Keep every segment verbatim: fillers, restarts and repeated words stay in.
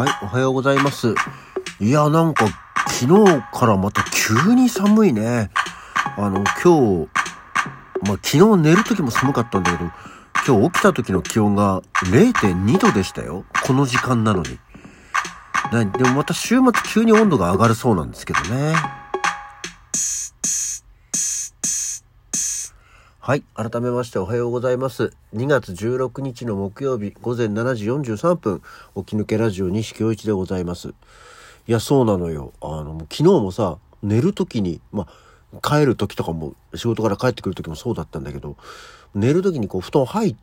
はい、おはようございます。いや、なんか昨日からまた急に寒いね。あの今日、まあ、昨日寝る時も寒かったんだけど、今日起きた時の気温が れいてんに 度でしたよ。この時間なのに。なでもまた週末急に温度が上がるそうなんですけどね。はい。改めましておはようございます。にがつじゅうろくにちの木曜日午前しちじよんじゅうさんぷん、起き抜けラジオ西京一でございます。いや、そうなのよ。あの、昨日もさ、寝るときに、まあ、帰るときとかも、仕事から帰ってくるときもそうだったんだけど、寝るときにこう、布団入って、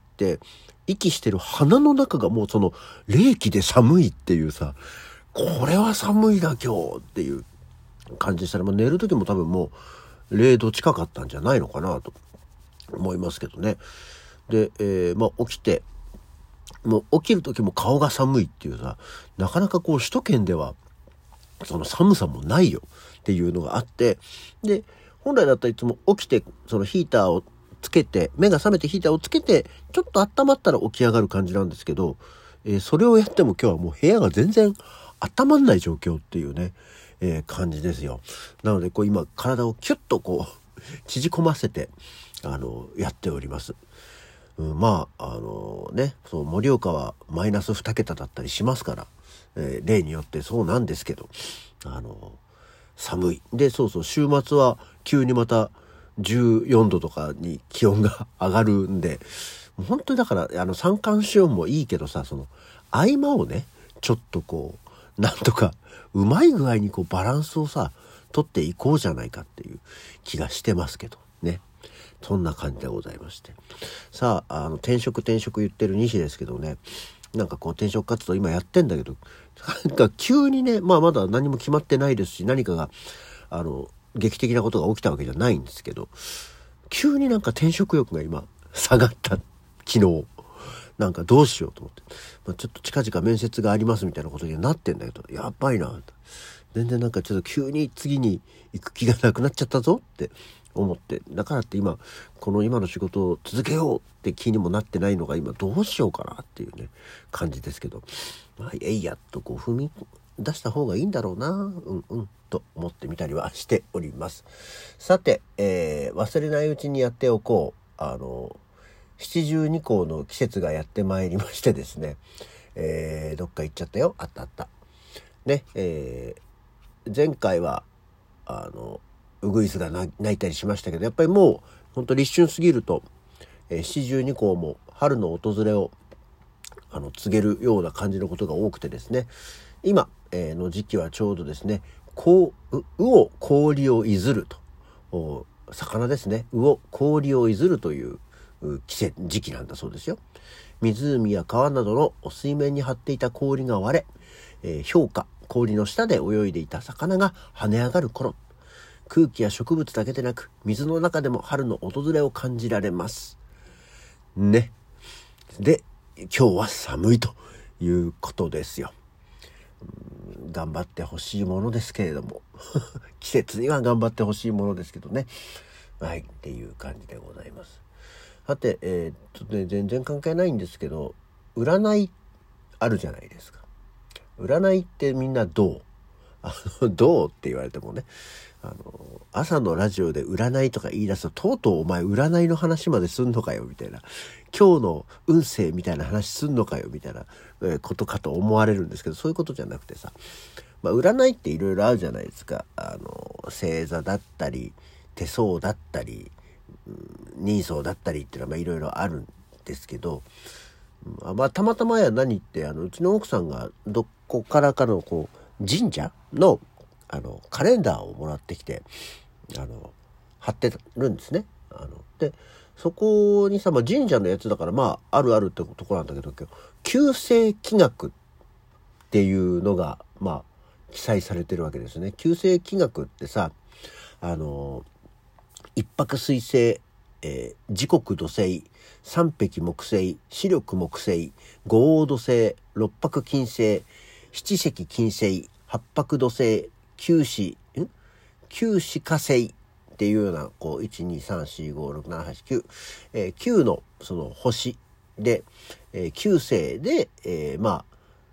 息してる鼻の中がもうその、冷気で寒いっていうさ、これは寒いな今日っていう感じでしたね。まあ、寝るときも多分もう、れいど近かったんじゃないのかなと思いますけどね。で、えー、まあ起きてもう起きる時も顔が寒いっていうさ、なかなかこう首都圏ではその寒さもないよっていうのがあって、で本来だったらいつも起きてそのヒーターをつけて、目が覚めてヒーターをつけてちょっと温まったら起き上がる感じなんですけど、えー、それをやっても今日はもう部屋が全然温まんない状況っていうね、えー、感じですよ。なのでこう今体をキュッとこう縮こませてあのやっております。うん、まああのね、そう盛岡はマイナスにけただったりしますから、えー、例によってそうなんですけど、あの寒いで、そうそう週末は急にまたじゅうよんどとかに気温が上がるんで、本当にだからあの三寒四温もいいけどさ、その合間をねちょっとこうなんとかうまい具合にこうバランスをさ取っていこうじゃないかっていう気がしてますけどね。そんな感じでございまして、さあ、あの転職転職言ってる西ですけどね、なんかこう転職活動今やってんだけど、なんか急にね、まあまだ何も決まってないですし、何かがあの劇的なことが起きたわけじゃないんですけど、急になんか転職欲が今下がった昨日。なんかどうしようと思って、まあ、ちょっと近々面接がありますみたいなことにはなってんだけど、やばいな、全然なんかちょっと急に次に行く気がなくなっちゃったぞって思って、だからって今この今の仕事を続けようって気にもなってないのが今どうしようかなっていうね感じですけど、まあ、えいやっとこう踏み出した方がいいんだろうな、うんうんと思ってみたりはしております。さて、えー、忘れないうちにやっておこう。あの七十二候の季節がやってまいりましてですね、えー、どっか行っちゃったよ。あったあったね、えー、前回はあのウグイスが鳴いたりしましたけど、やっぱりもう本当立春過ぎると、えー、七十二候も春の訪れをあの告げるような感じのことが多くてですね、今、えー、の時期はちょうどですね、こううを氷をいずると、魚ですね、うを氷をいずるという季節時期なんだそうですよ。湖や川などの水面に張っていた氷が割れ、えー、氷河氷の下で泳いでいた魚が跳ね上がる頃、空気や植物だけでなく水の中でも春の訪れを感じられますね。で今日は寒いということですよ。うん、頑張ってほしいものですけれども季節には頑張ってほしいものですけどね。はいっていう感じでございます。さて、えー、っとね全然関係ないんですけど、占いあるじゃないですか。占いってみんなどうあのどうって言われてもね、あの朝のラジオで占いとか言い出すと、とうとうお前占いの話まですんのかよみたいな、今日の運勢みたいな話すんのかよみたいなことかと思われるんですけど、そういうことじゃなくてさ、まあ、占いっていろいろあるじゃないですか。あの星座だったり手相だったり人相だったりっていうのはまあいろいろあるんですけど、まあ、たまたまや何ってあのうちの奥さんがどこからかのこう神社のあのカレンダーをもらってきてあの貼ってるんですね。あのでそこにさ、まあ、神社のやつだからまああるあるってところなんだけど、九星気学っていうのがまあ記載されてるわけですね。九星気学ってさ、あの一泊水星、えー、時刻土星、三匹木星、四緑木星、五黄土星、六白金星、七石金星、八白土星、九死ん九死火星っていうようなこういちにさんしごろくななはちきゅう、えー、きゅうのその星で、えー、きゅう星で、えー、まあ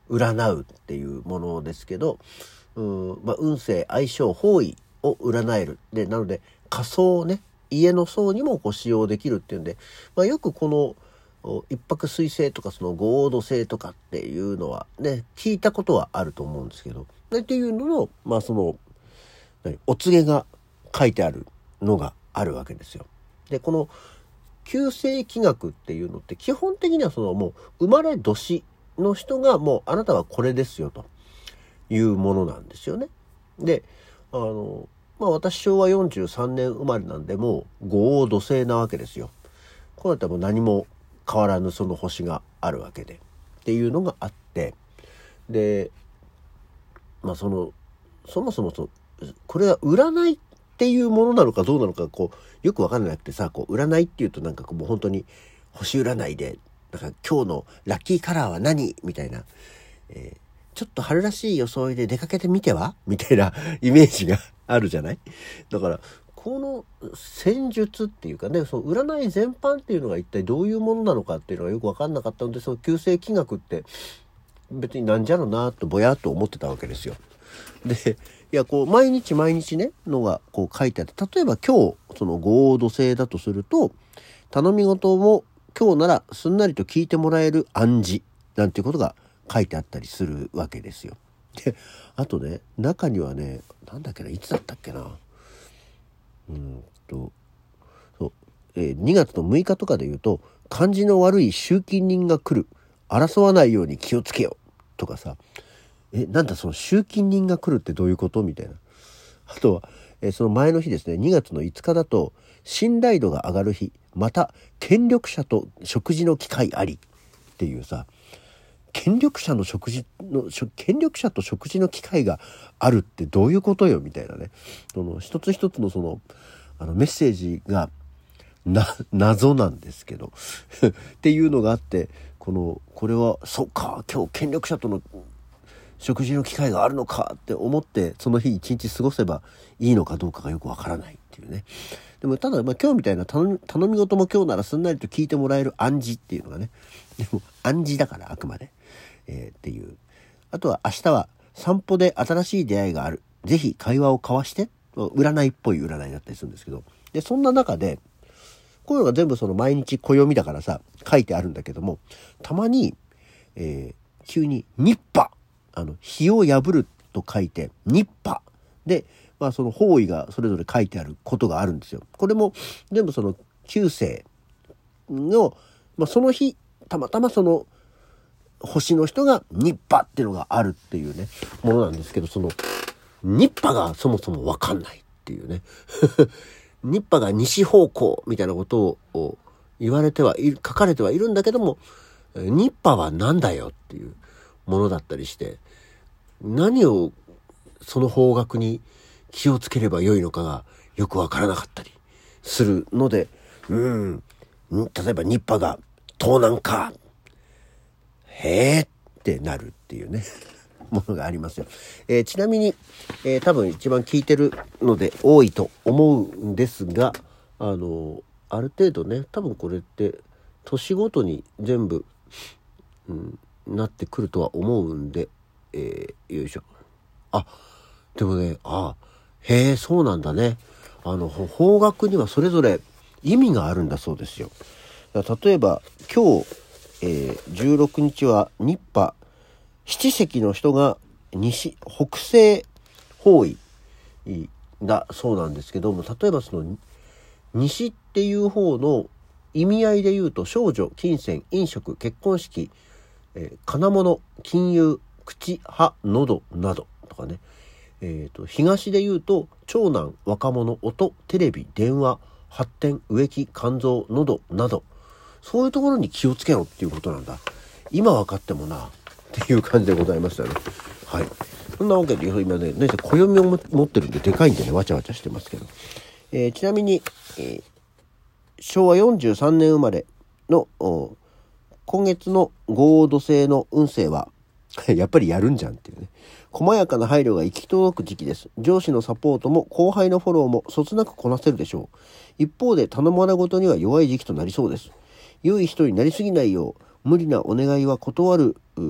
占うっていうものですけど、うん、まあ、運勢、相性、方位を占える。で、なので仮想ね、家の層にもこう使用できるっていうんで、まあ、よくこの一泊水星とかその五黄土星とかっていうのはね、聞いたことはあると思うんですけど、っていうのの、まあその、お告げが書いてあるのがあるわけですよ。で、この九星気学っていうのって基本的にはそのもう生まれ年の人がもうあなたはこれですよというものなんですよね。で、あの、まあ私昭和よんじゅうさんねん生まれなんでもう五黄土星なわけですよ。こうやってもう何も変わらぬその星があるわけでっていうのがあって、で、まあそのそもそもそこれは占いっていうものなのかどうなのかこうよく分からなくてさ、こう占いっていうとなんかこうもう本当に星占いでなんか今日のラッキーカラーは何みたいな、えー、ちょっと春らしい装いで出かけてみてはみたいなイメージがあるじゃない。だからこの戦術っていうかね、その占い全般っていうのが一体どういうものなのかっていうのがよく分かんなかったので、その九星気学って別になんじゃろなとぼやっと思ってたわけですよ。で、いやこう毎日毎日ねのがこう書いてあって、例えば今日その五黄土星だとすると、頼み事も今日ならすんなりと聞いてもらえる暗示なんていうことが書いてあったりするわけですよ。で、あとね、中にはね、なんだっけな、いつだったっけな、うんとそう、えー、にがつのむいかとかで言うと、感じの悪い集金人が来る、争わないように気をつけよとかさ、えなんだその集金人が来るってどういうことみたいな。あとは、えー、その前の日ですね、にがつのいつかだと信頼度が上がる日、また権力者と食事の機会ありっていうさ、権力者の食事の権力者と食事の機会があるってどういうことよみたいなね。その一つ一つのそのあのメッセージがな謎なんですけどっていうのがあって、このこれはそうか、今日権力者との食事の機会があるのかって思ってその日一日過ごせばいいのかどうかがよくわからないっていうね。でもただまあ今日みたいな頼み、頼み事も今日ならすんなりと聞いてもらえる暗示っていうのがね、でも暗示だからあくまで、えー、っていう。あとは明日は散歩で新しい出会いがある、ぜひ会話を交わして、占いっぽい占いだったりするんですけど、でそんな中でこういうのが全部その毎日暦だからさ書いてあるんだけども、たまに、えー、急にニッパ、あの日を破ると書いてニッパで、まあその方位がそれぞれ書いてあることがあるんですよ。これも全部その九星の、まあ、その日たまたまその星の人がニッパっていうのがあるっていうねものなんですけど、そのニッパがそもそも分かんないっていうねニッパが西方向みたいなことを言われてはいる、書かれてはいるんだけども、ニッパはなんだよっていうものだったりして、何をその方角に気をつければよいのかがよくわからなかったりするので、うーん、例えばニッパが東南か、へーってなるっていうねものがありますよ。えー、ちなみに、えー、多分一番聞いてるので多いと思うんですが、あのある程度ね、多分これって年ごとに全部、うん、なってくるとは思うんで、えー、よいしょ。あ、でもね、あ、へえ、そうなんだね。あの方角にはそれぞれ意味があるんだそうですよ。だから例えば今日、えー、じゅうろくにちはニッパ七石の人が西北西方位だそうなんですけども、例えばその西っていう方の意味合いで言うと、少女、金銭、飲食、結婚式、えー、金物、金融、口、歯、喉などとかね、えーと、東で言うと長男、若者、音、テレビ、電話、発展、植木、肝臓、喉など、そういうところに気をつけろっていうことなんだ。今分かってもなっていう感じでございましたね。はい。そんなわけで今ね、何せ暦を持ってるんででかいんでね、わちゃわちゃしてますけど。えー、ちなみに、えー、しょうわよんじゅうさんねん生まれの今月の五黄土星の運勢はやっぱりやるんじゃんっていうね。細やかな配慮が行き届く時期です。上司のサポートも後輩のフォローもそつなくこなせるでしょう。一方で頼まれごとには弱い時期となりそうです。良い人になりすぎないよう無理なお願いは断る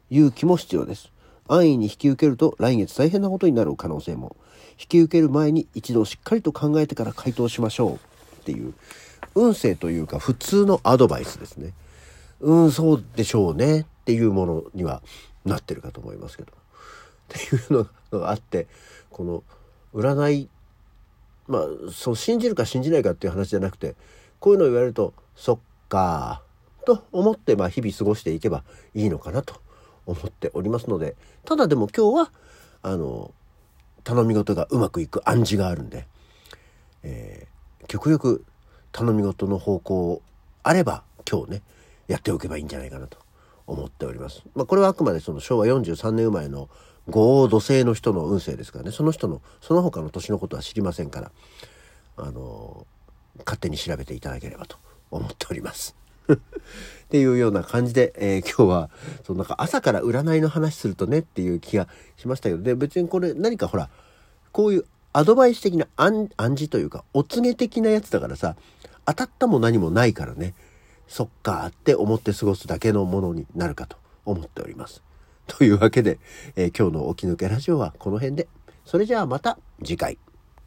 勇気も必要です。安易に引き受けると来月大変なことになる可能性も。引き受ける前に一度しっかりと考えてから回答しましょうっていう運勢というか普通のアドバイスですね。うんそうでしょうねっていうものにはなってるかと思いますけどっていうのがあって、この占い、まあそう信じるか信じないかっていう話じゃなくて、こういうのを言われるとそっかと思って、まあ日々過ごしていけばいいのかなと思っておりますので、ただでも今日はあの頼み事がうまくいく暗示があるんで、えー、極力頼み事の方向あれば今日ねやっておけばいいんじゃないかなと思っております。まあこれはあくまでそのしょうわよんじゅうさんねん生まれの五黄土星の人の運勢ですからね、その人のその他の年のことは知りませんから、あのー、勝手に調べていただければと思っておりますっていうような感じで、えー、今日はそのなんか朝から占いの話するとねっていう気がしましたけど、で別にこれ何かほらこういうアドバイス的な暗示というかお告げ的なやつだからさ、当たったも何もないからね、そっかって思って過ごすだけのものになるかと思っております。というわけで、えー、今日の起き抜けラジオはこの辺で。それじゃあまた次回。